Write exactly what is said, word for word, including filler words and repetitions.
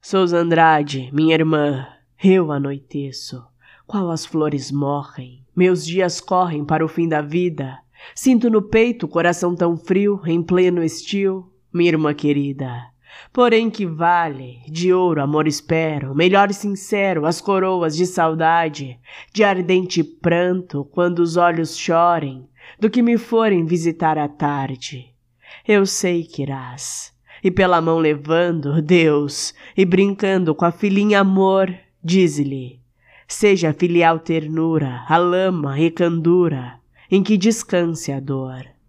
Souza Andrade, minha irmã, eu anoiteço, qual as flores morrem, meus dias correm para o fim da vida, sinto no peito o coração tão frio, em pleno estio, minha irmã querida. Porém que vale, de ouro amor espero, melhor e sincero as coroas de saudade, de ardente pranto quando os olhos chorem, do que me forem visitar à tarde. Eu sei que irás, e pela mão levando, Deus, e brincando com a filhinha amor, dize-lhe, seja a filial ternura, a lama e candura, em que descanse a dor.